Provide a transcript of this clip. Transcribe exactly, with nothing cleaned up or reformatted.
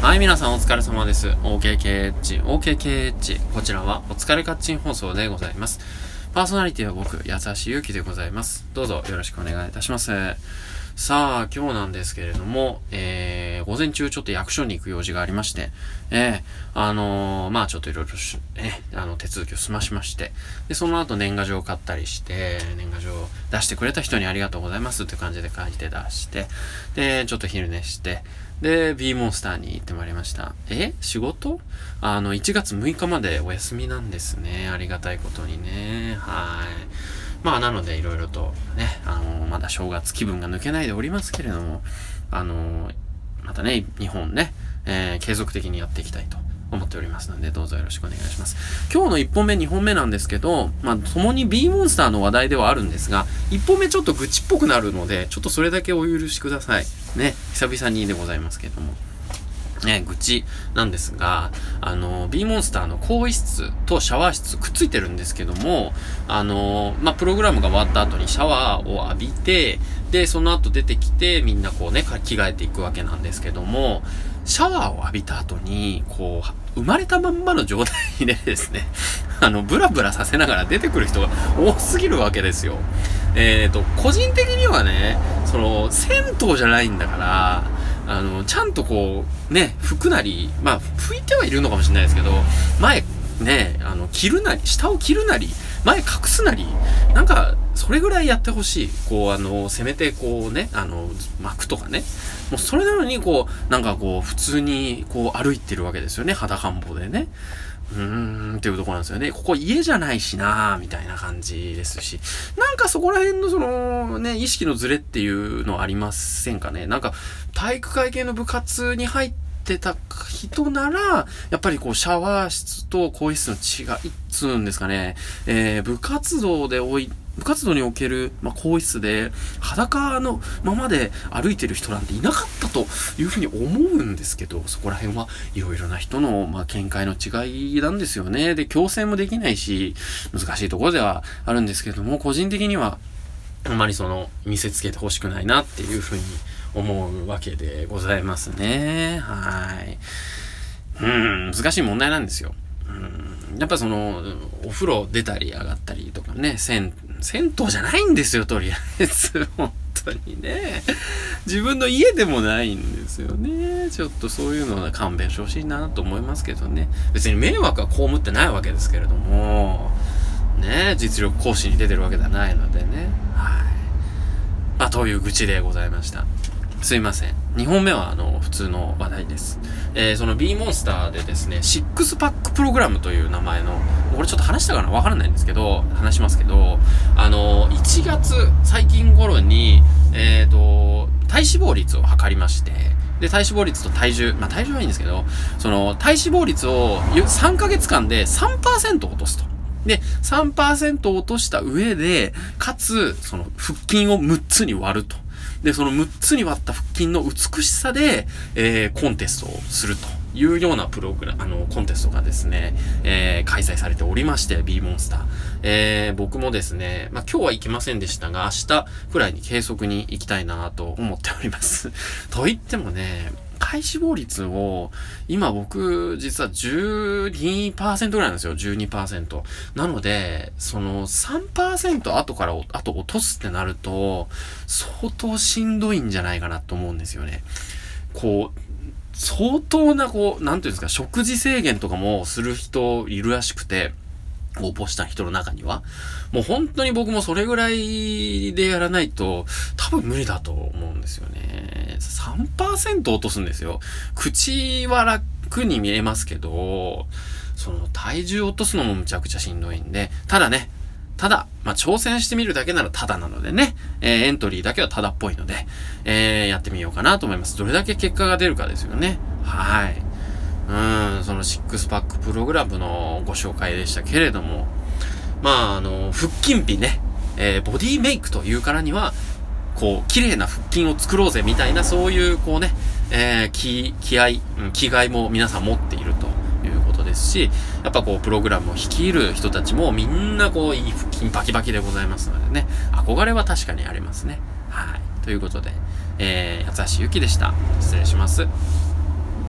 はい、皆さんお疲れ様です。オーケーケーエイチ、オーケーケーエイチ。こちらはお疲れカッチン放送でございます。パーソナリティは僕、やさしゆうきでございます。どうぞよろしくお願いいたします。さあ、今日なんですけれども、えー、午前中ちょっと役所に行く用事がありまして、えー、あのー、まあちょっといろいろし、えー、あの、手続きを済ましまして、で、その後年賀状を買ったりして、年賀状を出してくれた人にありがとうございますって感じで書いて出して、で、ちょっと昼寝して、で、B モンスターに行ってまいりました。え仕事あの、いちがつむいかまでお休みなんですね。ありがたいことにね。はい。まあ、なので、いろいろとね、あの、まだ正月気分が抜けないでおりますけれども、あの、またね、日本ね、えー、継続的にやっていきたいと思っておりますので、どうぞよろしくお願いします。今日のいっぽんめ、にほんめなんですけど、まあ、共に B モンスターの話題ではあるんですが、いっぽんめちょっと愚痴っぽくなるので、ちょっとそれだけお許しください。ね、久々にでございますけども。ね、愚痴なんですが、あの、B モンスターの更衣室とシャワー室くっついてるんですけども、あの、まあ、プログラムが終わった後にシャワーを浴びて、で、その後出てきて、みんなこうね、着替えていくわけなんですけども、シャワーを浴びた後に、こう、生まれたまんまの状態でですね、あの、ブラブラさせながら出てくる人が多すぎるわけですよ。えっと、個人的にはね、その、銭湯じゃないんだから、あの、ちゃんとこう、ね、拭くなり、まあ、拭いてはいるのかもしれないですけど、前、ね、あの、着るなり、下を着るなり、前隠すなり、なんか、それぐらいやってほしい。こう、あの、せめてこうね、あの、巻くとかね。もうそれなのに、こう、なんかこう、普通に、こう、歩いてるわけですよね。裸んぼでね。うーん、っていうところなんですよね。ここ家じゃないしなーみたいな感じですし。なんかそこら辺のその、ね、意識のズレっていうのありませんかね。なんか、体育会系の部活に入ってた人なら、やっぱりこう、シャワー室と更衣室の違いっつうんですかね。えー、部活動で多い、部活動における、まあ、更衣室で裸のままで歩いてる人なんていなかったというふうに思うんですけど、そこら辺はいろいろな人の、まあ、見解の違いなんですよね。で、強制もできないし、難しいところではあるんですけども、個人的にはあんまりその見せつけてほしくないなっていうふうに思うわけでございますね。はい。うん、難しい問題なんですよ。うん、やっぱその、お風呂出たり上がったりとかね、銭、銭湯じゃないんですよ、とりあえず。本当にね。自分の家でもないんですよね。ちょっとそういうのは勘弁してほしいなと思いますけどね。別に迷惑は被ってないわけですけれども、ね、実力行使に出てるわけではないのでね。はい。まあ、という愚痴でございました。すいません。にほんめはあの、普通の話題です。えー、その B モンスターでですね、シックスパックプログラムという名前の、これちょっと話したかなわからないんですけど、話しますけど、あの、いちがつ、最近頃に、えっと、体脂肪率を測りまして、で、体脂肪率と体重、まあ体重はいいんですけど、その、体脂肪率をさんかげつかんで さんパーセント 落とすと。で、さんパーセント 落とした上で、かつ、その、腹筋をむっつに割ると。で、そのむっつに割った腹筋の美しさで、えー、コンテストをするというようなプログラム、あの、コンテストがですね、えー、開催されておりまして、B モンスター。えー、僕もですね、まあ、今日は行きませんでしたが、明日くらいに計測に行きたいなと思っております。と言ってもね、体脂肪率を、今僕、実は じゅうにパーセント ぐらいなんですよ。じゅうにパーセント。なので、その さんパーセント 後から、後落とすってなると、相当しんどいんじゃないかなと思うんですよね。こう、相当な、こう、なんていうんですか、食事制限とかもする人いるらしくて、応募した人の中には。もう本当に僕もそれぐらいでやらないと多分無理だと思うんですよね。さんパーセント 落とすんですよ。口は楽に見えますけど、その体重落とすのもむちゃくちゃしんどいんで、ただね、ただ、まあ、挑戦してみるだけならただなのでね、えー、エントリーだけはただっぽいので、えー、やってみようかなと思います。どれだけ結果が出るかですよね。はい。うーん、そのシックスパックプログラムのご紹介でしたけれども、まあ、あの、腹筋美ね、えー、ボディメイクというからには、こう、綺麗な腹筋を作ろうぜみたいな、そういう、こうね、えー、気、気合、気概も皆さん持っているということですし、やっぱこう、プログラムを率いる人たちもみんなこう、いい腹筋バキバキでございますのでね、憧れは確かにありますね。はい。ということで、えー、八橋ゆきでした。失礼します。